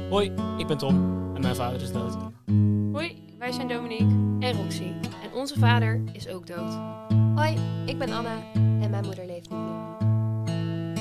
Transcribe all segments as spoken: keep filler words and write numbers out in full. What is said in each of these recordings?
Hoi, ik ben Tom en mijn vader is dood. Hoi, wij zijn Dominique en Roxy en onze vader is ook dood. Hoi, ik ben Anna en mijn moeder leeft niet meer.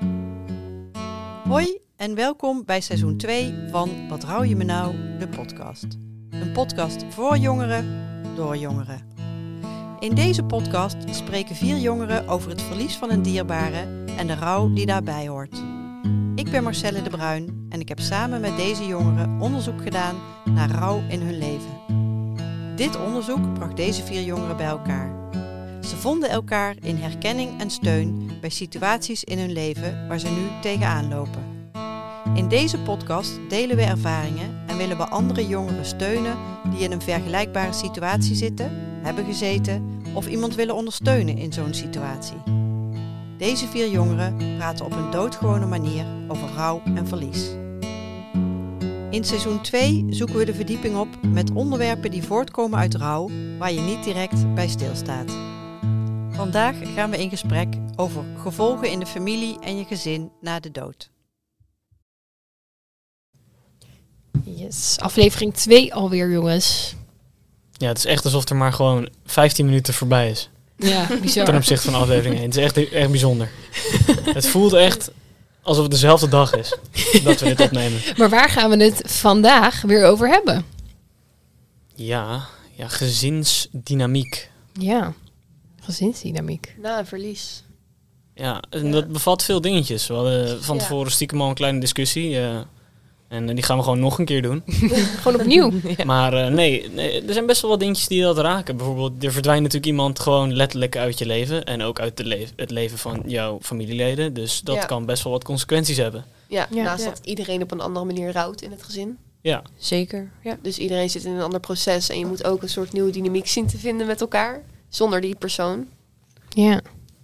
Hoi en welkom bij seizoen twee van Wat rouw je me nou, de podcast. Een podcast voor jongeren, door jongeren. In deze podcast spreken vier jongeren over het verlies van een dierbare en de rouw die daarbij hoort. Ik ben Marcelle de Bruin en ik heb samen met deze jongeren onderzoek gedaan naar rouw in hun leven. Dit onderzoek bracht deze vier jongeren bij elkaar. Ze vonden elkaar in herkenning en steun bij situaties in hun leven waar ze nu tegenaan lopen. In deze podcast delen we ervaringen en willen we andere jongeren steunen die in een vergelijkbare situatie zitten, hebben gezeten of iemand willen ondersteunen in zo'n situatie. Deze vier jongeren praten op een doodgewone manier over rouw en verlies. In seizoen twee zoeken we de verdieping op met onderwerpen die voortkomen uit rouw, waar je niet direct bij stilstaat. Vandaag gaan we in gesprek over gevolgen in de familie en je gezin na de dood. Yes, aflevering twee alweer, jongens. Ja, het is echt alsof er maar gewoon vijftien minuten voorbij is. Ja, bizar. Ten opzichte van aflevering één. Het is echt, echt bijzonder. Het voelt echt alsof het dezelfde dag is dat we dit opnemen. Maar waar gaan we het vandaag weer over hebben? Ja, ja gezinsdynamiek. Ja, gezinsdynamiek. Na een verlies. Ja, en dat bevat veel dingetjes. We hadden van Ja. tevoren stiekem al een kleine discussie. Uh, en uh, die gaan we gewoon nog een keer doen. Gewoon opnieuw. Ja. Maar uh, nee, nee, er zijn best wel wat dingetjes die dat raken. Bijvoorbeeld, er verdwijnt natuurlijk iemand gewoon letterlijk uit je leven. En ook uit de le- het leven van jouw familieleden. Dus dat Ja. kan best wel wat consequenties hebben. Ja, Ja. naast Ja. dat iedereen op een andere manier rouwt in het gezin. Ja, Zeker, ja. Dus iedereen zit in een ander proces en je moet ook een soort nieuwe dynamiek zien te vinden met elkaar. Zonder die persoon. Ja.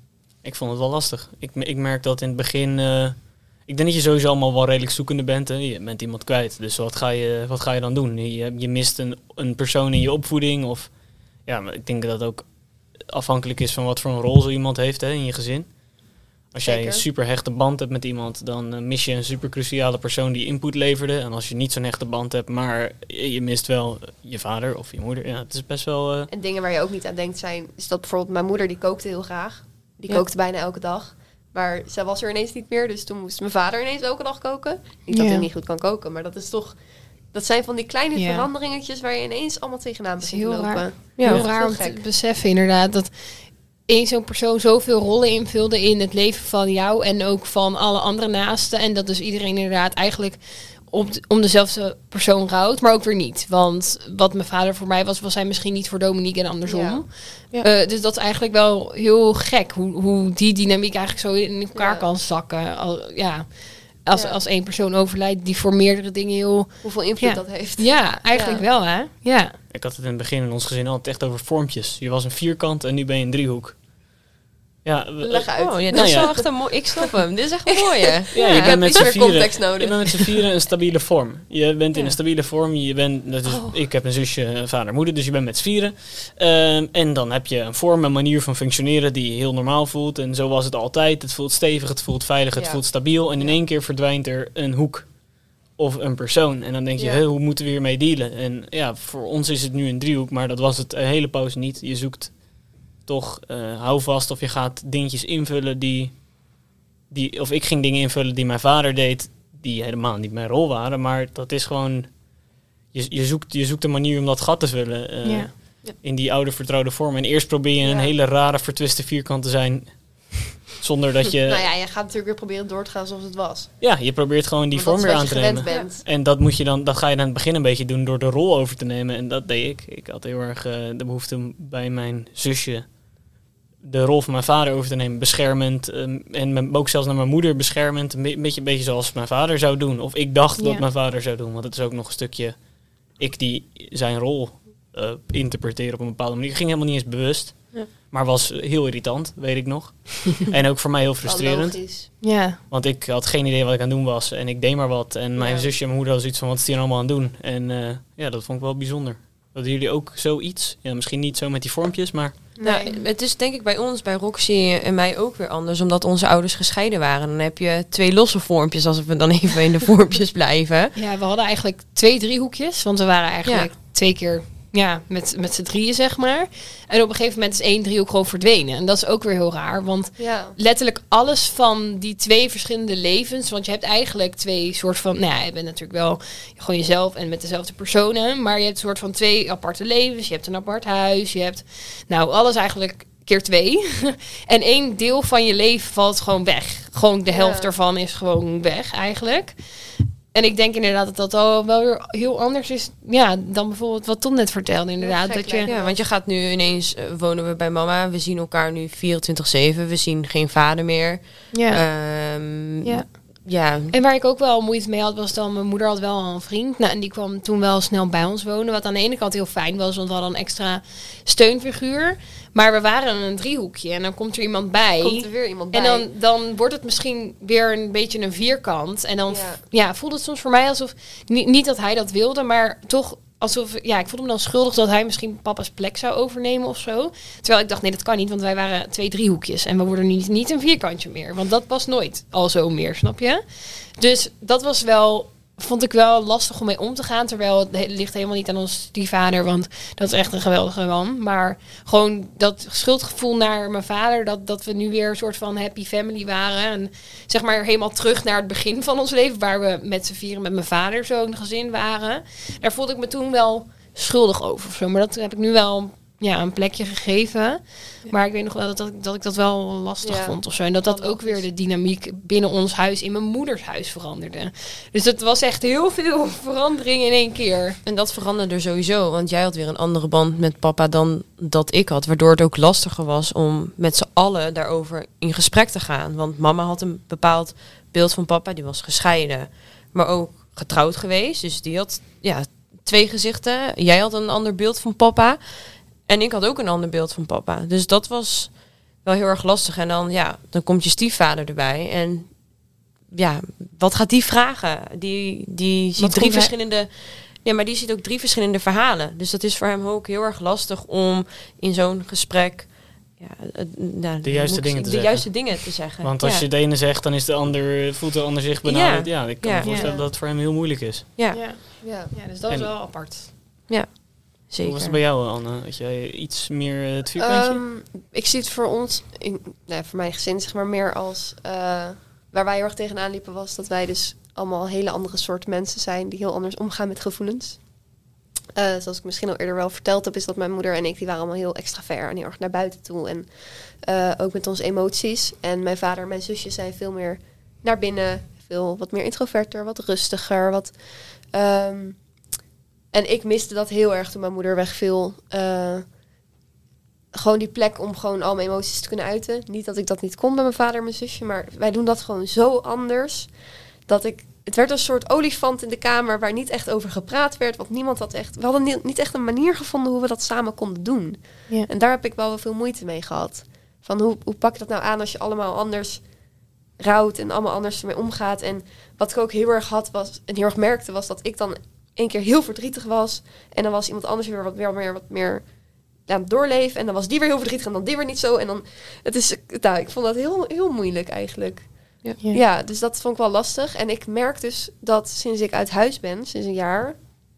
ik vond het wel lastig. Ik, ik merk dat in het begin... Uh, ik denk dat je sowieso allemaal wel redelijk zoekende bent. Hè? Je bent iemand kwijt. Dus wat ga je, wat ga je dan doen? Je, je mist een, een persoon in je opvoeding. Of, ja, maar ik denk dat dat ook afhankelijk is van wat voor een rol zo iemand heeft, hè, in je gezin. Als jij Zeker. een super hechte band hebt met iemand, dan uh, mis je een super cruciale persoon die input leverde. En als je niet zo'n hechte band hebt, maar je, je mist wel je vader of je moeder. Ja, het is best wel... Uh, En dingen waar je ook niet aan denkt zijn... is dat bijvoorbeeld mijn moeder, die kookte heel graag. Die Ja. kookte bijna elke dag. Maar zij was er ineens niet meer. Dus toen moest mijn vader ineens elke dag koken. Niet dat Ja. hij niet goed kan koken. Maar dat is toch... Dat zijn van die kleine Ja. veranderingetjes... waar je ineens allemaal tegenaan Dat is begint te heel lopen. raar. Ja, Heel dat is raar heel om te gek. beseffen inderdaad dat één zo'n persoon zoveel rollen invulde in het leven van jou en ook van alle andere naasten. En dat dus iedereen inderdaad eigenlijk om, om dezelfde persoon rouwt, maar ook weer niet. Want wat mijn vader voor mij was, was hij misschien niet voor Dominique en andersom. Ja. Ja. Uh, dus dat is eigenlijk wel heel gek, hoe, hoe die dynamiek eigenlijk zo in elkaar Ja. kan zakken. Al, ja, als, Ja. als één persoon overlijdt die voor meerdere dingen heel... Hoeveel invloed Ja. dat heeft. Ja, eigenlijk Ja. wel, hè? Ja. ik had het in het begin in ons gezin altijd echt over vormpjes. Je was een vierkant en nu ben je een driehoek. Ja, we- Leg uit. Oh ja, dat Nou is ja. wel echt een mooi... Ik snap hem. Dit is echt een mooie. Ja, je bent met iets z'n meer vieren. context Je nodig. bent met z'n vieren een stabiele vorm. Je bent in Ja. een stabiele vorm. Je bent, dat is, Oh. Ik heb een zusje, een vader, moeder, dus je bent met z'n vieren. Ehm, en dan heb je een vorm, een manier van functioneren die je heel normaal voelt. En zo was het altijd. Het voelt stevig, het voelt veilig, het Ja. voelt stabiel. En in Ja. één keer verdwijnt er een hoek of een persoon. En dan denk je, Ja. hè, hoe moeten we hiermee dealen? En ja, voor ons is het nu een driehoek, maar dat was het een hele poos niet. Je zoekt toch, uh, hou vast of je gaat dingetjes invullen die, die... Of ik ging dingen invullen die mijn vader deed, die helemaal niet mijn rol waren. Maar dat is gewoon... Je, je, zoekt, je zoekt een manier om dat gat te vullen. Uh, Ja. In die oude vertrouwde vorm. En eerst probeer je Ja. een hele rare vertwiste vierkant te zijn. Zonder dat je... Nou ja, je gaat natuurlijk weer proberen door te gaan zoals het was. Ja, je probeert gewoon die Want vorm dat weer is aan wat te je nemen. gewend bent. En dat, moet je dan, dat ga je dan in het begin een beetje doen door de rol over te nemen. En dat deed ik. Ik had heel erg uh, de behoefte om bij mijn zusje de rol van mijn vader over te nemen. Beschermend. Um, en mijn, ook zelfs naar mijn moeder beschermend. Een, be- een, beetje, een beetje zoals mijn vader zou doen. Of ik dacht Ja. dat mijn vader zou doen. Want het is ook nog een stukje ik die zijn rol uh, interpreteer op een bepaalde manier. Ik ging helemaal niet eens bewust. Ja. Maar was heel irritant, weet ik nog. En ook voor mij heel Wel frustrerend. logisch. Ja. Want ik had geen idee wat ik aan het doen was. En ik deed maar wat. En mijn Ja. zusje en mijn moeder hadden zoiets van, wat is die nou allemaal aan het doen? En uh, ja, dat vond ik wel bijzonder. Hadden jullie ook zoiets? Ja, misschien niet zo met die vormpjes, maar Nee. Nou, het is denk ik bij ons, bij Roxy en mij ook weer anders. Omdat onze ouders gescheiden waren. Dan heb je twee losse vormpjes, als we dan even in de vormpjes blijven. Ja, we hadden eigenlijk twee driehoekjes. Want we waren eigenlijk Ja. twee keer ja, met, met z'n drieën, zeg maar. En op een gegeven moment is één driehoek gewoon verdwenen. En dat is ook weer heel raar. Want Ja. letterlijk alles van die twee verschillende levens. Want je hebt eigenlijk twee soort van... Nou ja, je bent natuurlijk wel gewoon jezelf en met dezelfde personen. Maar je hebt een soort van twee aparte levens. Je hebt een apart huis. Je hebt nou alles eigenlijk keer twee. En één deel van je leven valt gewoon weg. Gewoon de helft Ja. ervan is gewoon weg eigenlijk. En ik denk inderdaad dat dat al wel weer heel anders is, ja, dan bijvoorbeeld wat Tom net vertelde. Inderdaad, gek dat je... lijkt me. Ja, want je gaat nu ineens, uh, wonen we bij mama. We zien elkaar nu vierentwintig zeven. We zien geen vader meer. Ja. Ehm, Ja. ja. En waar ik ook wel moeite mee had, was dan... Mijn moeder had wel al een vriend. Nou, en die kwam toen wel snel bij ons wonen. Wat aan de ene kant heel fijn was, want we hadden een extra steunfiguur. Maar we waren een driehoekje. En dan komt er iemand bij. Komt er weer iemand bij. En dan, dan wordt het misschien weer een beetje een vierkant. En dan Ja. ja. ja, voelde het soms voor mij alsof... Niet, niet dat hij dat wilde, maar toch... Alsof, ja, ik voelde me dan schuldig dat hij misschien papa's plek zou overnemen of zo. Terwijl ik dacht, nee, dat kan niet, want wij waren twee driehoekjes. En we worden nu niet, niet een vierkantje meer. Want dat past nooit al zo meer, snap je? Dus dat was wel, vond ik wel lastig om mee om te gaan. Terwijl het he- ligt helemaal niet aan ons stiefvader, want dat is echt een geweldige man. Maar gewoon dat schuldgevoel naar mijn vader, dat, dat we nu weer een soort van happy family waren. En zeg maar helemaal terug naar het begin van ons leven, waar we met z'n vieren met mijn vader zo'n gezin waren. Daar voelde ik me toen wel schuldig over of zo. Maar dat heb ik nu wel ja, een plekje gegeven. Maar ik weet nog wel dat, dat, dat ik dat wel lastig Ja. vond of zo. En dat dat ook weer de dynamiek binnen ons huis, in mijn moeders huis veranderde. Dus het was echt heel veel verandering in één keer. En dat veranderde sowieso. Want jij had weer een andere band met papa dan dat ik had. Waardoor het ook lastiger was om met z'n allen daarover in gesprek te gaan. Want mama had een bepaald beeld van papa. Die was gescheiden. Maar ook getrouwd geweest. Dus die had ja, twee gezichten. Jij had een ander beeld van papa. En ik had ook een ander beeld van papa. Dus dat was wel heel erg lastig. En dan, ja, dan komt je stiefvader erbij. En ja, wat gaat die vragen? Die, die ziet Wat drie komt hij- verschillende... Ja, maar die ziet ook drie verschillende verhalen. Dus dat is voor hem ook heel erg lastig om in zo'n gesprek... Ja, het- nou, De juiste moet- dingen te de zeggen. juiste dingen te zeggen. Want als ja. je het ene zegt, dan is de ander, voelt de ander zich benaderd. Ja, ik kan Ja. me voorstellen Ja. dat het voor hem heel moeilijk is. Ja, Ja, Ja. ja dus dat En- is wel apart. zeker. Hoe was het bij jou, Anne? Had jij iets meer eh, het vierkantje? Ehm, ik zie het voor ons, in, nou, voor mijn gezin zeg maar meer als... eh, waar wij heel erg tegenaan liepen was dat wij dus allemaal hele andere soort mensen zijn... die heel anders omgaan met gevoelens. Eh, zoals ik misschien al eerder wel verteld heb... is dat mijn moeder en ik, die waren allemaal heel extravert... en heel erg naar buiten toe. En eh, ook met onze emoties. En mijn vader en mijn zusje zijn veel meer naar binnen. Veel wat meer introverter, wat rustiger. Wat, ehm, en ik miste dat heel erg toen mijn moeder wegviel... Eh, gewoon die plek om gewoon al mijn emoties te kunnen uiten. Niet dat ik dat niet kon bij mijn vader en mijn zusje, maar wij doen dat gewoon zo anders. Dat ik, het werd een soort olifant in de kamer waar niet echt over gepraat werd. Want niemand had echt, we hadden niet, niet echt een manier gevonden hoe we dat samen konden doen. Ja. En daar heb ik wel wel veel moeite mee gehad. Van hoe, hoe pak je dat nou aan als je allemaal anders rouwt en allemaal anders ermee omgaat. En wat ik ook heel erg had was, en heel erg merkte, was dat ik dan een keer heel verdrietig was. En dan was iemand anders weer wat meer, meer, wat meer aan het doorleven. En dan was die weer heel verdrietig en dan die weer niet zo. En dan, het is, nou, ik vond dat heel, heel moeilijk eigenlijk. Ja. Ja, dus dat vond ik wel lastig. En ik merk dus dat sinds ik uit huis ben, sinds een jaar,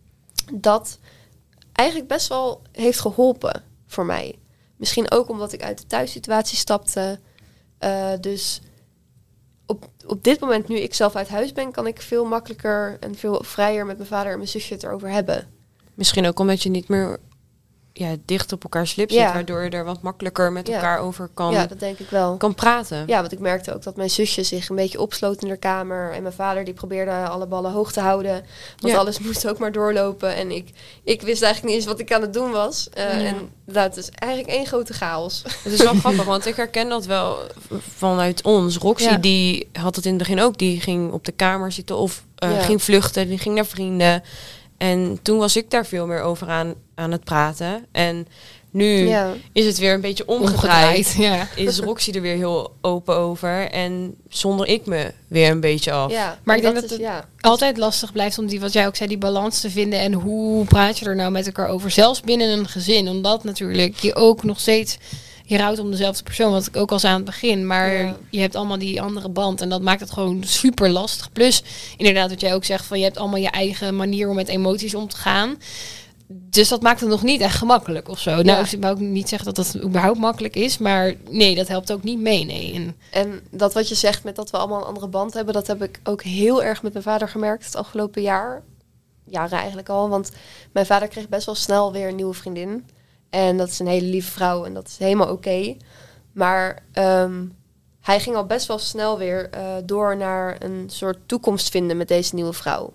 dat eigenlijk best wel heeft geholpen voor mij. Misschien ook omdat ik uit de thuissituatie stapte. Uh, dus op, op dit moment, nu ik zelf uit huis ben, kan ik veel makkelijker en veel vrijer met mijn vader en mijn zusje het erover hebben. Misschien ook omdat je niet meer ja, dicht op elkaars lip zit, Ja. waardoor je er wat makkelijker met Ja. elkaar over kan, Ja, dat denk ik wel. kan praten. Ja, want ik merkte ook dat mijn zusje zich een beetje opsloot in de kamer. En mijn vader die probeerde alle ballen hoog te houden. Want Ja. alles moest ook maar doorlopen. En ik, ik wist eigenlijk niet eens wat ik aan het doen was. Uh, Ja. En dat is eigenlijk één grote chaos. Het is wel grappig, want ik herken dat wel vanuit ons. Roxy, Ja. die had het in het begin ook. Die ging op de kamer zitten of uh, Ja. ging vluchten. Die ging naar vrienden. En toen was ik daar veel meer over aan, aan het praten. En Nu Ja. is het weer een beetje omgedraaid. Omgedraaid, ja. Is Roxy er weer heel open over. En zonder ik me weer een beetje af. Ja, Maar ik en denk dat is, het- ja. Altijd lastig blijft om die, wat jij ook zei, die balans te vinden. En hoe praat je er nou met elkaar over? Zelfs binnen een gezin. Omdat natuurlijk je ook nog steeds... Je rouwt om dezelfde persoon, wat ik ook al zei aan het begin. Maar Ja. je hebt allemaal die andere band. En dat maakt het gewoon super lastig. Plus, inderdaad, wat jij ook zegt, van je hebt allemaal je eigen manier om met emoties om te gaan. Dus dat maakt het nog niet echt gemakkelijk of zo. Ja. Nou, ik wou ook niet zeggen dat dat überhaupt makkelijk is. Maar nee, dat helpt ook niet mee, nee. En, En dat wat je zegt met dat we allemaal een andere band hebben, dat heb ik ook heel erg met mijn vader gemerkt het afgelopen jaar. Jaren eigenlijk al. Want mijn vader kreeg best wel snel weer een nieuwe vriendin. En dat is een hele lieve vrouw en dat is helemaal oké. Maar ehm, hij ging al best wel snel weer eh, door naar een soort toekomst vinden met deze nieuwe vrouw.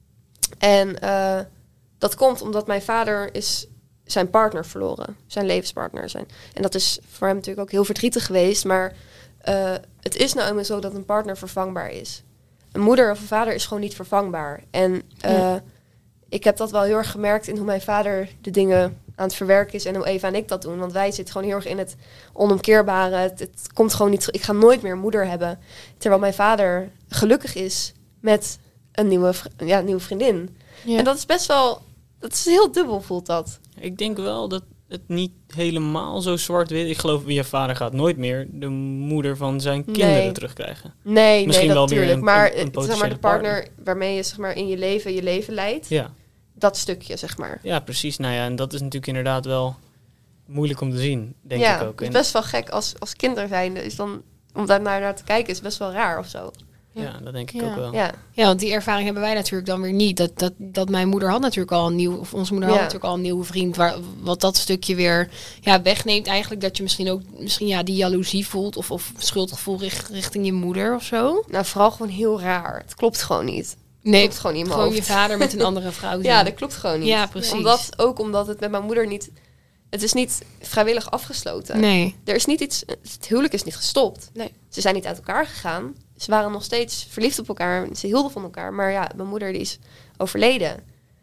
En eh, dat komt omdat mijn vader is zijn partner verloren. Zijn levenspartner. Zijn. En dat is voor hem natuurlijk ook heel verdrietig geweest. Maar uh, het is nou eenmaal zo dat een partner vervangbaar is. Een moeder of een vader is gewoon niet vervangbaar. En uh, ja. ik heb dat wel heel erg gemerkt in hoe mijn vader de dingen aan het verwerken is en hoe Eva en ik dat doen. Want wij zitten gewoon heel erg in het onomkeerbare. Het, het komt gewoon niet... Ik ga nooit meer een moeder hebben. Terwijl mijn vader gelukkig is met een nieuwe, ja, een nieuwe vriendin. Ja. En dat is best wel... Dat is heel dubbel, voelt dat. Ik denk wel dat het niet helemaal zo zwart-wit... Ik geloof, je vader gaat nooit meer de moeder van zijn kinderen nee. terugkrijgen. Nee, Misschien nee, wel natuurlijk. een, maar, een, een zeg maar de partner, partner waarmee je zeg maar, in je leven je leven leidt... Ja. Dat stukje, zeg maar. Ja, precies. Nou ja, en dat is natuurlijk inderdaad wel moeilijk om te zien, denk ja, ik ook. Het is best wel gek als, als kinder zijnde. Is dan, om daar naar, naar te kijken is best wel raar of zo. Ja, ja dat denk ik ja. ook wel. Ja. ja, want die ervaring hebben wij natuurlijk dan weer niet. Dat, dat, dat mijn moeder had natuurlijk al een nieuw, of onze moeder ja. had natuurlijk al een nieuwe vriend, waar, wat dat stukje weer ja, wegneemt eigenlijk. Dat je misschien ook misschien ja, die jaloezie voelt of, of schuldgevoel richt, richting je moeder of zo. Nou, vooral gewoon heel raar. Het klopt gewoon niet. Nee, klopt gewoon niet in mijn gewoon hoofd. je vader met een andere vrouw zijn. Ja, dat klopt gewoon niet. Ja, precies. Omdat, ook omdat het met mijn moeder niet... Het is niet vrijwillig afgesloten. Nee. Er is niet iets... Het huwelijk is niet gestopt. Nee. Ze zijn niet uit elkaar gegaan. Ze waren nog steeds verliefd op elkaar. Ze hielden van elkaar. Maar ja, mijn moeder die is overleden.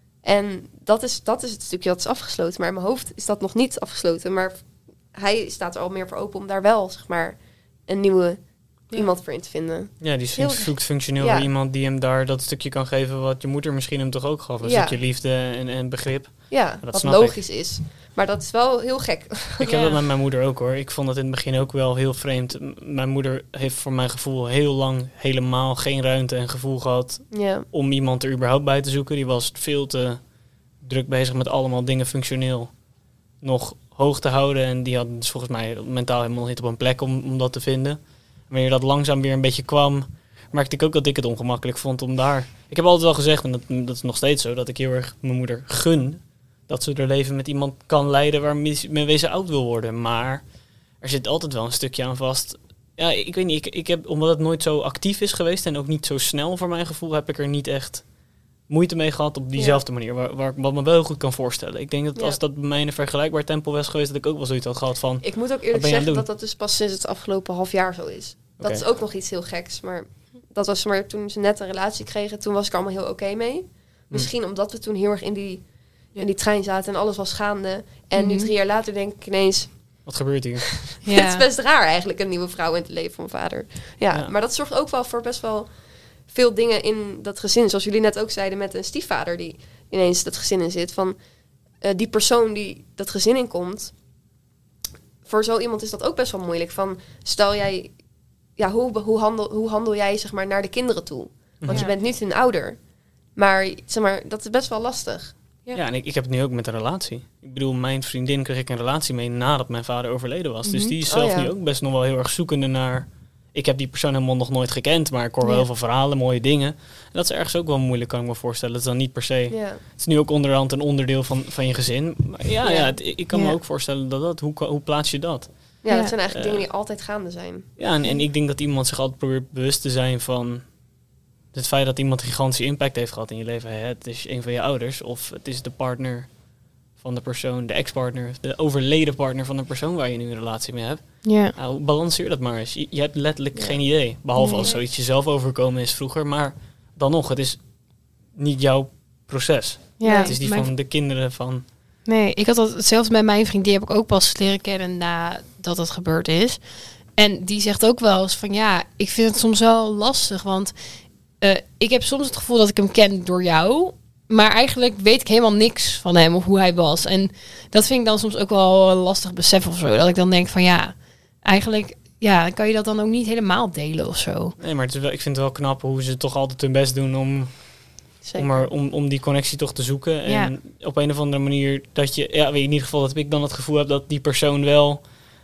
En dat is, dat is het stukje dat is afgesloten. Maar in mijn hoofd is dat nog niet afgesloten. Maar hij staat er al meer voor open om daar wel, zeg maar, een nieuwe... Ja. iemand voor in te vinden. Ja, die Heel zoekt functioneel ja. voor iemand die hem daar dat stukje kan geven wat je moeder misschien hem toch ook gaf. Een ja. stukje liefde en, en begrip. Ja, dat wat snap logisch ik. is. Maar dat is wel heel gek. Ik heb ja. dat met mijn moeder ook hoor. Ik vond dat in het begin ook wel heel vreemd. M- mijn moeder heeft voor mijn gevoel heel lang helemaal geen ruimte en gevoel gehad Ja. om iemand er überhaupt bij te zoeken. Die was veel te druk bezig met allemaal dingen functioneel nog hoog te houden. En die had dus volgens mij mentaal helemaal niet op een plek om, om dat te vinden. Wanneer dat langzaam weer een beetje kwam, merkte ik ook dat ik het ongemakkelijk vond om daar... Ik heb altijd wel gezegd, en dat, dat is nog steeds zo, dat ik heel erg mijn moeder gun dat ze haar leven met iemand kan leiden waarmee mee ze oud wil worden. Maar er zit altijd wel een stukje aan vast. Ja, ik weet niet, ik, ik heb, omdat het nooit zo actief is geweest en ook niet zo snel voor mijn gevoel, heb ik er niet echt moeite mee gehad op diezelfde ja. manier, waar, waar, wat me wel heel goed kan voorstellen. Ik denk dat ja. als dat bij mij in een vergelijkbaar tempo was geweest, dat ik ook wel zoiets had gehad van... Ik moet ook eerlijk zeggen dat dat dus pas sinds het afgelopen half jaar zo is. Dat okay. is ook nog iets heel geks, maar dat was maar toen ze net een relatie kregen, toen was ik er allemaal heel oké okay mee. Hmm. Misschien omdat we toen heel erg in die, in die trein zaten en alles was gaande. En mm-hmm. nu drie jaar later denk ik ineens... Wat gebeurt hier? Ja. Het is best raar eigenlijk, een nieuwe vrouw in het leven van mijn vader. Ja, ja, maar dat zorgt ook wel voor best wel veel dingen in dat gezin. Zoals jullie net ook zeiden met een stiefvader die ineens dat gezin in zit. Van uh, die persoon die dat gezin in komt. Voor zo iemand is dat ook best wel moeilijk. Van stel jij... Ja, hoe, hoe, handel, hoe handel jij zeg maar naar de kinderen toe? Want ja. je bent niet hun ouder. Maar, zeg maar dat is best wel lastig. Ja, ja en ik, ik heb het nu ook met een relatie. Ik bedoel, mijn vriendin kreeg ik een relatie mee nadat mijn vader overleden was. Mm-hmm. Dus die is zelf oh, ja. nu ook best nog wel heel erg zoekende naar... Ik heb die persoon helemaal nog nooit gekend, maar ik hoor wel ja. heel veel verhalen, mooie dingen. En dat is ergens ook wel moeilijk, kan ik me voorstellen. Dat is dan niet per se... Ja. Het is nu ook onderhand een onderdeel van, van je gezin. Maar ja, ja. ja het, ik kan ja. me ook voorstellen dat dat... Hoe, hoe plaats je dat? Ja, dat zijn eigenlijk uh, dingen die altijd gaande zijn. Ja, en, en ik denk dat iemand zich altijd probeert bewust te zijn van... Het feit dat iemand een gigantische impact heeft gehad in je leven. Hè, het is een van je ouders of het is de partner van de persoon, de ex-partner, de overleden partner van de persoon waar je nu een relatie mee hebt. Ja. Nou, balanceer dat maar eens. Je, je hebt letterlijk ja. geen idee. Behalve nee. als zoiets jezelf overkomen is vroeger. Maar dan nog, het is niet jouw proces. Ja, het is die van de kinderen van... Nee, ik had dat hetzelfde met mijn vriend. Die heb ik ook pas leren kennen nadat het gebeurd is. En die zegt ook wel eens van ja, ik vind het soms wel lastig. Want uh, ik heb soms het gevoel dat ik hem ken door jou. Maar eigenlijk weet ik helemaal niks van hem of hoe hij was. En dat vind ik dan soms ook wel lastig beseffen of zo. Dat ik dan denk van ja, eigenlijk ja, kan je dat dan ook niet helemaal delen of zo. Nee, maar het is wel, ik vind het wel knap hoe ze toch altijd hun best doen om... Om, er, om, om die connectie toch te zoeken. En Ja. op een of andere manier dat je... Ja, in ieder geval dat ik dan het gevoel heb dat die persoon wel...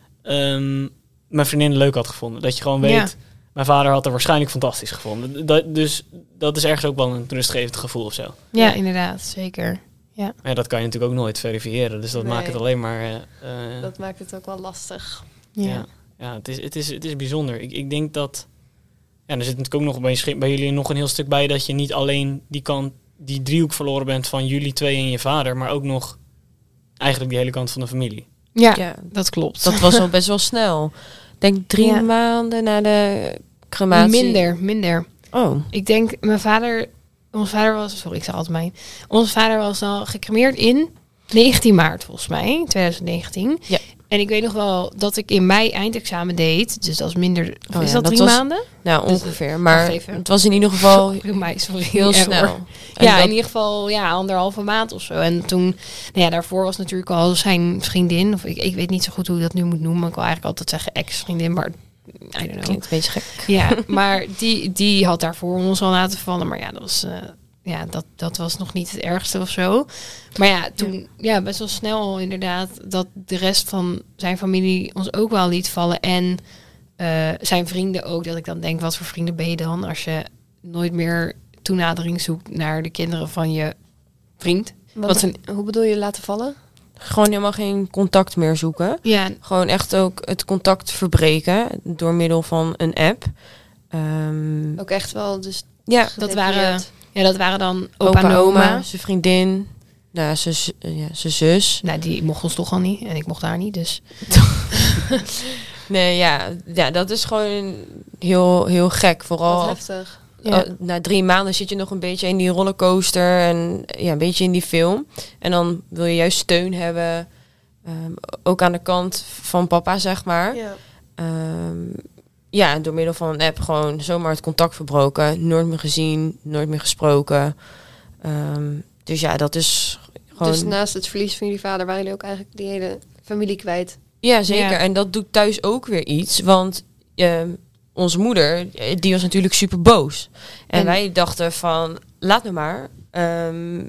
Um, mijn vriendin leuk had gevonden. Dat je gewoon weet... Ja. Mijn vader had haar waarschijnlijk fantastisch gevonden. Dat, dus dat is ergens ook wel een rustgevend gevoel of zo. Ja, inderdaad. Zeker. Ja. Maar ja, dat kan je natuurlijk ook nooit verifiëren. Dus dat Nee. maakt het alleen maar... Uh, uh, Dat maakt het ook wel lastig. Ja. ja, ja het, is, het, is, het is bijzonder. Ik, ik denk dat... Ja, er zit natuurlijk ook nog bij, je, bij jullie nog een heel stuk bij... dat je niet alleen die kant... die driehoek verloren bent van jullie twee en je vader... maar ook nog eigenlijk die hele kant van de familie. Ja, Ja, dat klopt. dat was al best wel snel. Ik denk drie Ja. maanden na de crematie. Minder, minder. Oh, Ik denk, mijn vader... Onze vader was... Sorry, ik zeg altijd mijn. Onze vader was al gecremeerd in negentien maart, volgens mij. twintig negentien. Ja. En ik weet nog wel dat ik in mei eindexamen deed. Dus dat is minder... Of Oh is ja, dat dat drie was- maanden? nou Dus- ongeveer. Maar Wacht even. het was in ieder geval In mei, sorry. heel Error. snel. En Ja, dat- in ieder geval ja, anderhalve maand of zo. En toen, nou ja, daarvoor was natuurlijk al zijn vriendin. Of ik, ik weet niet zo goed hoe ik dat nu moet noemen. Ik wil eigenlijk altijd zeggen ex-vriendin, maar I don't know. klinkt een beetje gek. Ja, maar die, die had daarvoor ons al laten vallen. Maar ja, dat was, uh, ja, dat, dat was nog niet het ergste of zo. Maar ja, toen ja, best wel snel inderdaad dat de rest van zijn familie ons ook wel liet vallen. En uh, zijn vrienden ook. Dat ik dan denk, wat voor vrienden ben je dan als je nooit meer toenadering zoekt naar de kinderen van je vriend? Wat, Wat een, Hoe bedoel je laten vallen? Gewoon helemaal geen contact meer zoeken. ja, Gewoon echt ook het contact verbreken door middel van een app. Um, Ook echt wel, dus ja, dat waren, ja, dat waren dan opa, opa, en oma, oma. zijn vriendin, nou, zijn z- ja, zijn zus. Nou, die mocht ons toch al niet. En ik mocht haar niet, dus... Nee, ja, ja, dat is gewoon heel, heel gek. wat Vooral heftig. Ja. uh, na drie maanden zit je nog een beetje in die rollercoaster en ja, een beetje in die film. En dan wil je juist steun hebben, um, ook aan de kant van papa, zeg maar. Ja. Um, ja, door middel van een app gewoon zomaar het contact verbroken. Nooit meer gezien, nooit meer gesproken. Um, dus ja, dat is gewoon... Dus naast het verlies van jullie vader waren jullie ook eigenlijk die hele familie kwijt. Ja, zeker. Ja. En dat doet thuis ook weer iets. Want um, onze moeder, die was natuurlijk super boos. En, En- wij dachten van, laat me maar. Um,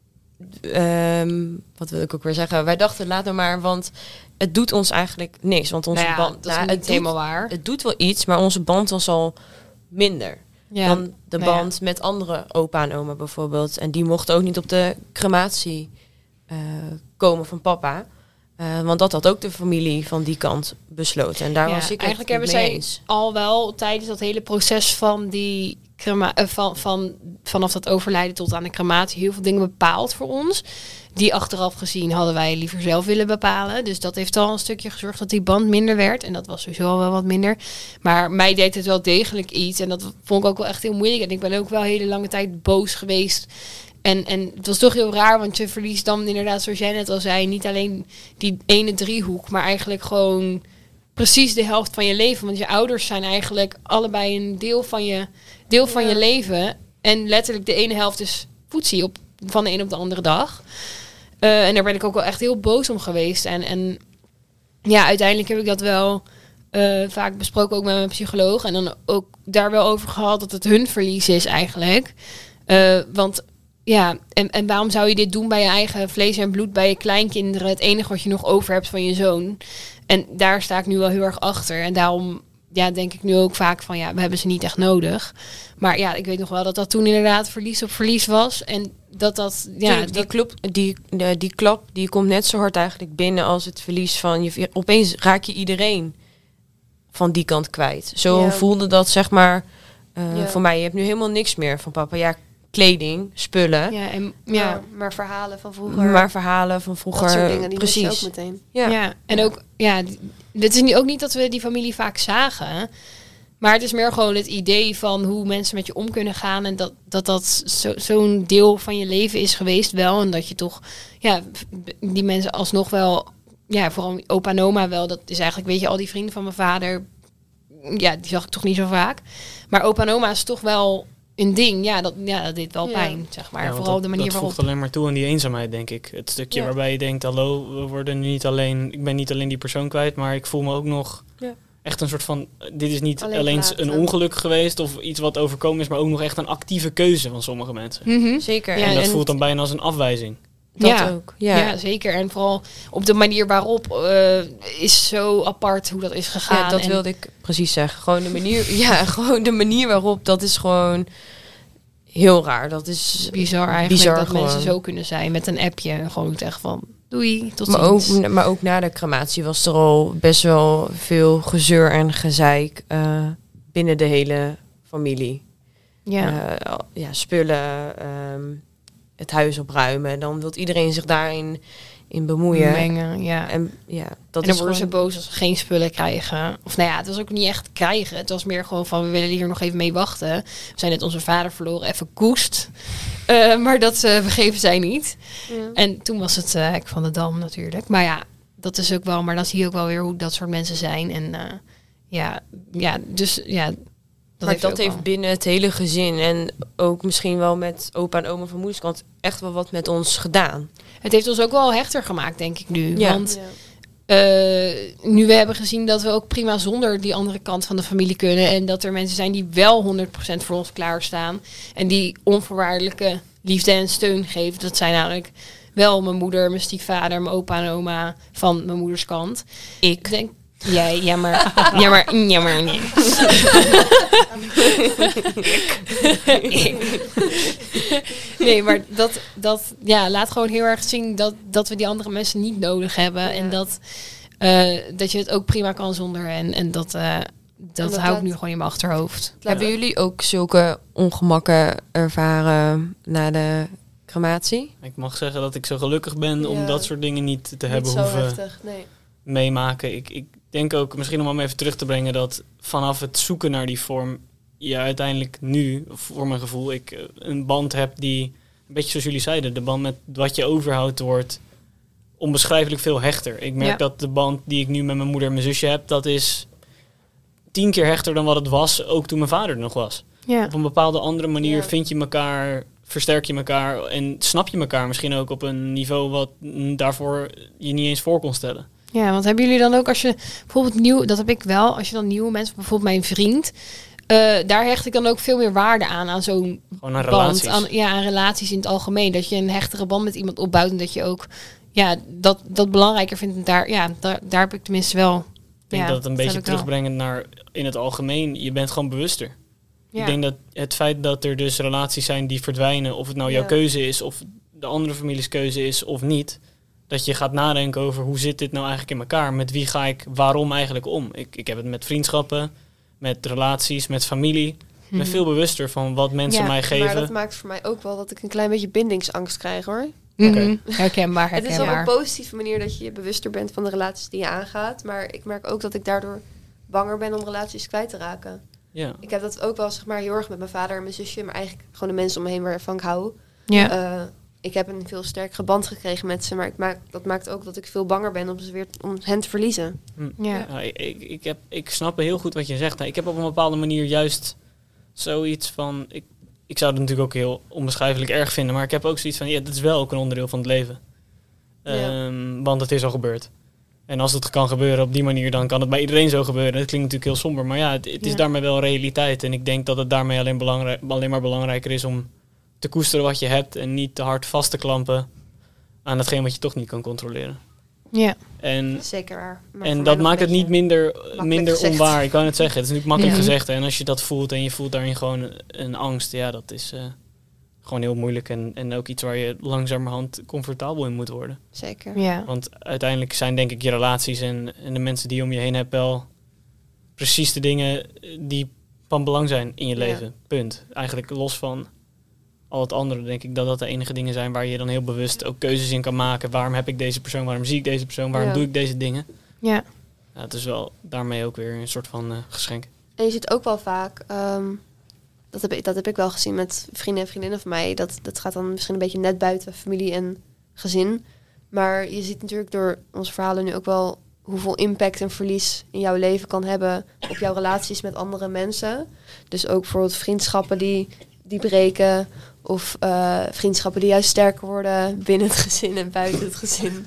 um, wat wil ik ook weer zeggen? Wij dachten, laat me maar, want het doet ons eigenlijk niks. Want onze Nou ja, band... dat is nou, niet het helemaal doet, waar. het doet wel iets, maar onze band was al minder. Ja. Dan de nou ja. band met andere opa en oma bijvoorbeeld. En die mochten ook niet op de crematie uh, komen van papa. Uh, want dat had ook de familie van die kant besloten. En daar Ja, was ik eigenlijk het hebben mee zij eens. al wel tijdens dat hele proces van die crema uh, van, van vanaf dat overlijden tot aan de crematie heel veel dingen bepaald voor ons. Die achteraf gezien hadden wij liever zelf willen bepalen. Dus dat heeft al een stukje gezorgd dat die band minder werd. En dat was sowieso al wel wat minder. Maar mij deed het wel degelijk iets. En dat vond ik ook wel echt heel moeilijk. En ik ben ook wel een hele lange tijd boos geweest. En, en het was toch heel raar, want je verliest dan inderdaad, zoals jij net al zei, niet alleen die ene driehoek, maar eigenlijk gewoon precies de helft van je leven. Want je ouders zijn eigenlijk allebei een deel van je, deel van Ja. je leven. En letterlijk de ene helft is voetzie op van de een op de andere dag. Uh, en daar ben ik ook wel echt heel boos om geweest. En, en ja, uiteindelijk heb ik dat wel uh, vaak besproken, ook met mijn psycholoog. En dan ook daar wel over gehad dat het hun verlies is eigenlijk. Uh, want ja, en, en waarom zou je dit doen bij je eigen vlees en bloed, bij je kleinkinderen? Het enige wat je nog over hebt van je zoon. En daar sta ik nu wel heel erg achter. En daarom ja, denk ik nu ook vaak van, ja, we hebben ze niet echt nodig. Maar ja, ik weet nog wel dat dat toen inderdaad verlies op verlies was. En dat dat, ja, Tuurlijk, die, dat, klop, die, de, die klap die komt net zo hard eigenlijk binnen als het verlies van je. Opeens raak je iedereen van die kant kwijt. Zo Ja. voelde dat, zeg maar, uh, Ja. voor mij. Je hebt nu helemaal niks meer van papa. Ja, kleding, spullen, ja, en, Ja. ja, Maar verhalen van vroeger. maar verhalen van vroeger. dat soort dingen, die mis je precies. ook meteen. Ja. ja. En ook, ja, het is niet, ook niet dat we die familie vaak zagen. Maar het is meer gewoon het idee van hoe mensen met je om kunnen gaan. En dat dat, dat zo, zo'n deel van je leven is geweest wel. En dat je toch, ja, die mensen alsnog wel, ja, vooral opa en oma wel. Dat is eigenlijk, weet je, al die vrienden van mijn vader, ja, die zag ik toch niet zo vaak. Maar opa en oma is toch wel een ding. Ja, dat, ja, dat deed wel Ja. pijn, zeg maar. Ja, want vooral dat, de manier dat waarop. voegt alleen maar toe aan die eenzaamheid, denk ik. Het stukje Ja. waarbij je denkt, hallo, we worden nu niet alleen, ik ben niet alleen die persoon kwijt, maar ik voel me ook nog Ja. echt een soort van, dit is niet Alleen alleen gelaten. een ongeluk geweest of iets wat overkomen is, maar ook nog echt een actieve keuze van sommige mensen. Mhm. Zeker. Ja, en dat en- voelt dan bijna als een afwijzing. Dat Ja. ook. Ja. Ja. zeker. En vooral op de manier waarop eh, is zo apart hoe dat is gegaan. Ja, dat En- wilde ik precies zeggen. Gewoon de manier, ja, gewoon de manier waarop, dat is gewoon heel raar. Dat is bizar eigenlijk bizar dat gewoon. mensen zo kunnen zijn met een appje en gewoon zeggen van doei, tot Maar ook, ziens. maar ook na de crematie was er al best wel veel gezeur en gezeik eh, binnen de hele familie. Ja. Eh, al- ja, spullen, ehm, het huis opruimen. Dan wil iedereen zich daarin in bemoeien. mengen, ja. En ja, dat en dan is worden ze gewoon... boos als ze geen spullen krijgen. Of nou ja, het was ook niet echt krijgen. Het was meer gewoon van, we willen hier nog even mee wachten. We zijn net onze vader verloren, even koest. Eh, maar dat uh, vergeven zij niet. Ja. En toen was het uh, Hek van de Dam natuurlijk. Maar ja, dat is ook wel, maar dan zie je ook wel weer hoe dat soort mensen zijn. En uh, ja, ja, dus ja... Dat maar heeft dat ook heeft wel. binnen het hele gezin en ook misschien wel met opa en oma van moederskant echt wel wat met ons gedaan. Het heeft ons ook wel hechter gemaakt, denk ik nu. Ja. Want Ja. Uh, nu we hebben gezien dat we ook prima zonder die andere kant van de familie kunnen. En dat er mensen zijn die wel honderd procent voor ons klaarstaan. En die onvoorwaardelijke liefde en steun geven. Dat zijn eigenlijk wel mijn moeder, mijn stiefvader, mijn opa en oma van mijn moeders kant. Ik denk... Jij, ja maar, ja maar, ja maar, nee. Nee, maar dat, dat ja, laat gewoon heel erg zien dat, dat we die andere mensen niet nodig hebben. Ja. En dat, uh, dat je het ook prima kan zonder. En, en dat, uh, dat, dat houdt laat- nu gewoon in mijn achterhoofd. Hebben jullie ook zulke ongemakken ervaren na de crematie? Ik mag zeggen dat ik zo gelukkig ben om Ja. dat soort dingen niet te Niet hebben zo hoeven heftig, nee. meemaken. Ik, ik denk ook, misschien om hem even terug te brengen, dat vanaf het zoeken naar die vorm je uiteindelijk nu, voor mijn gevoel, ik uh, een band heb die, een beetje zoals jullie zeiden, de band met wat je overhoudt wordt onbeschrijfelijk veel hechter. Ik merk Ja. dat de band die ik nu met mijn moeder en mijn zusje heb, dat is tien keer hechter dan wat het was, ook toen mijn vader er nog was. Ja. Op een bepaalde andere manier Ja. vind je elkaar, versterk je elkaar en snap je elkaar misschien ook op een niveau wat mm, daarvoor je niet eens voor kon stellen. Ja, want hebben jullie dan ook als je bijvoorbeeld nieuw, dat heb ik wel, als je dan nieuwe mensen, bijvoorbeeld mijn vriend, uh, daar hecht ik dan ook veel meer waarde aan, aan zo'n Gewoon naar band, relaties. aan, ja, aan relaties in het algemeen. Dat je een hechtere band met iemand opbouwt en dat je ook, ja, dat, dat belangrijker vindt. En daar, ja, daar, daar heb ik tenminste wel. Ik denk ja, dat het een beetje heb ik wel. terugbrengen naar in het algemeen. Je bent gewoon bewuster. Ja. Ik denk dat het feit dat er dus relaties zijn die verdwijnen, of het nou jouw Ja. keuze is, of de andere families keuze is, of niet, dat je gaat nadenken over hoe zit dit nou eigenlijk in elkaar? Met wie ga ik waarom eigenlijk om? Ik, ik heb het met vriendschappen, met relaties, met familie. Ik ben Mhm. veel bewuster van wat mensen Ja, mij Maar geven. dat maakt voor mij ook wel dat ik een klein beetje bindingsangst krijg, hoor. Mhm. Oké. Herkenbaar, Het is op herkenbaar. een positieve manier dat je je bewuster bent van de relaties die je aangaat. Maar ik merk ook dat ik daardoor banger ben om relaties kwijt te raken. Ja. Ik heb dat ook wel zeg maar heel erg met mijn vader en mijn zusje. Maar eigenlijk gewoon de mensen om me heen waarvan ik hou. Ja. Uh, ik heb een veel sterkere band gekregen met ze. Maar ik maak, dat maakt ook dat ik veel banger ben om, ze weer, om hen te verliezen. ja. Ja, ik, ik, ik, heb, ik snap heel goed wat je zegt. Ik heb op een bepaalde manier juist zoiets van... Ik, ik zou het natuurlijk ook heel onbeschrijfelijk erg vinden. Maar ik heb ook zoiets van... Ja, dit is wel ook een onderdeel van het leven. Ja. Um, want het is al gebeurd. En als het kan gebeuren op die manier... dan kan het bij iedereen zo gebeuren. Dat klinkt natuurlijk heel somber. Maar ja, het, het is Ja. daarmee wel realiteit. En ik denk dat het daarmee alleen, belangrijk, alleen maar belangrijker is... om te koesteren wat je hebt... en niet te hard vast te klampen... aan hetgeen wat je toch niet kan controleren. Ja. En Zeker waar. Maar en voor dat mij nog maakt een het niet beetje- minder, minder gezegd. onwaar. Ik kan het zeggen. Het is natuurlijk makkelijk Ja. gezegd. En als je dat voelt en je voelt daarin gewoon een, een angst. Ja, dat is uh, gewoon heel moeilijk. En, en ook iets waar je langzamerhand comfortabel in moet worden. Zeker. Ja. Want uiteindelijk zijn denk ik je relaties en, en de mensen die je om je heen hebt wel precies de dingen die van belang zijn in je Ja. leven. Punt. Eigenlijk los van al het andere denk ik dat dat de enige dingen zijn waar je dan heel bewust ook keuzes in kan maken. Waarom heb ik deze persoon? Waarom zie ik deze persoon? Waarom Ja. doe ik deze dingen? Ja. Ja, het is wel daarmee ook weer een soort van uh, geschenk. En je ziet ook wel vaak, um, dat, heb ik, dat heb ik wel gezien met vrienden en vriendinnen van mij. Dat, dat gaat dan misschien een beetje net buiten familie en gezin. Maar je ziet natuurlijk door onze verhalen nu ook wel hoeveel impact en verlies in jouw leven kan hebben op jouw relaties met andere mensen. Dus ook bijvoorbeeld vriendschappen die, die breken of uh, vriendschappen die juist sterker worden binnen het gezin en buiten het gezin.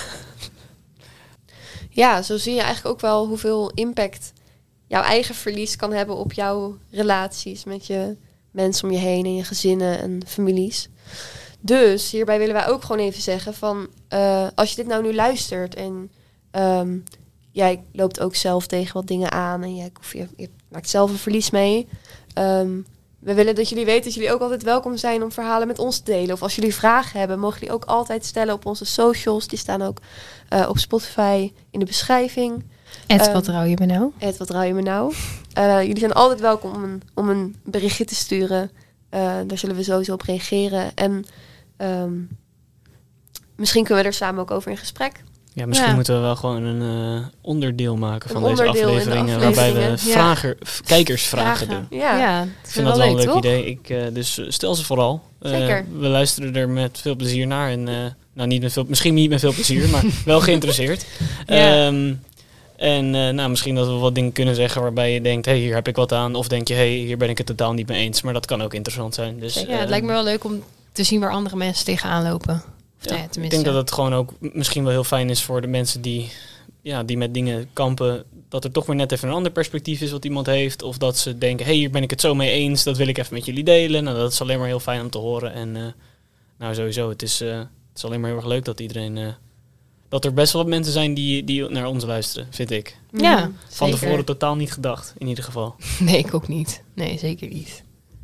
Ja, zo zie je eigenlijk ook wel hoeveel impact jouw eigen verlies kan hebben op jouw relaties met je mensen om je heen en je gezinnen en families. Dus hierbij willen wij ook gewoon even zeggen van, uh, als je dit nou nu luistert en um, jij loopt ook zelf tegen wat dingen aan en jij, of je, je maakt zelf een verlies mee. Um, we willen dat jullie weten dat jullie ook altijd welkom zijn om verhalen met ons te delen. Of als jullie vragen hebben, mogen jullie ook altijd stellen op onze socials. Die staan ook uh, op Spotify in de beschrijving. Ed, Um, wat rouw je me nou? Ed, wat rouw je me nou? Uh, jullie zijn altijd welkom om een, om een berichtje te sturen. Uh, daar zullen we sowieso op reageren. En um, misschien kunnen we er samen ook over in gesprek. Ja, misschien Ja. moeten we wel gewoon een uh, onderdeel maken Een van deze onderdeel in de afleveringen. Waarbij we afleveringen. Ja. vrager, f- kijkersvragen Vragen. doen. Ja, Ja, Ik vind dat wel leuk, een leuk toch? idee. Ik, uh, dus uh, stel ze vooral. Uh, Zeker. We luisteren er met veel plezier naar. En, uh, nou, niet met veel, misschien niet met veel plezier, maar wel geïnteresseerd. Ja. Um, en uh, nou, misschien dat we wat dingen kunnen zeggen waarbij je denkt, hé, hey, hier heb ik wat aan. Of denk je, hé, hey, hier ben ik het totaal niet mee eens. Maar dat kan ook interessant zijn. Dus, Ja, het uh, lijkt me wel leuk om te zien waar andere mensen tegenaan lopen. Of, Ja, nou ja, ik tenminste. denk dat het gewoon ook misschien wel heel fijn is voor de mensen die, ja, die met dingen kampen. Dat er toch weer net even een ander perspectief is wat iemand heeft. Of dat ze denken, hé, hey, hier ben ik het zo mee eens. Dat wil ik even met jullie delen. Nou, dat is alleen maar heel fijn om te horen. En uh, nou, sowieso, het is, uh, het is alleen maar heel erg leuk dat iedereen... Uh, dat er best wel wat mensen zijn die, die naar ons luisteren, vind ik. Ja, Mm, Van zeker. tevoren totaal niet gedacht, in ieder geval. Nee, ik ook niet. Nee, zeker niet.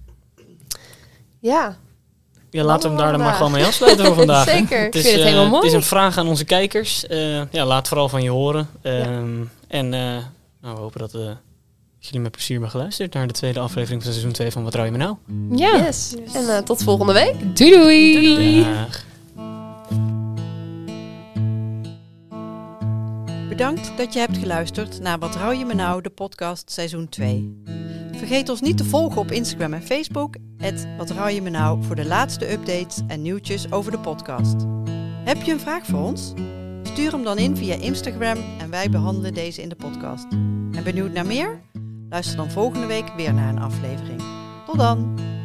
Ja, Ja, laten we hem daar dan maar vandaag. gewoon mee afsluiten voor vandaag. hè. Zeker. Het Ik is, vind het uh, helemaal mooi. Het is een vraag aan onze kijkers. Uh, ja, laat vooral van je horen. Um, Ja. En uh, nou, we hopen dat uh, jullie met plezier hebben geluisterd naar de tweede aflevering van seizoen twee van Wat Rouw je me nou? Ja. yes. En uh, tot volgende week. Doei doei. Dag. Bedankt dat je hebt geluisterd naar Wat Rouw je me nou, de podcast seizoen twee. Vergeet ons niet te volgen op Instagram en Facebook, at Wat Rouw je me nou, voor de laatste updates en nieuwtjes over de podcast. Heb je een vraag voor ons? Stuur hem dan in via Instagram en wij behandelen deze in de podcast. En benieuwd naar meer? Luister dan volgende week weer naar een aflevering. Tot dan!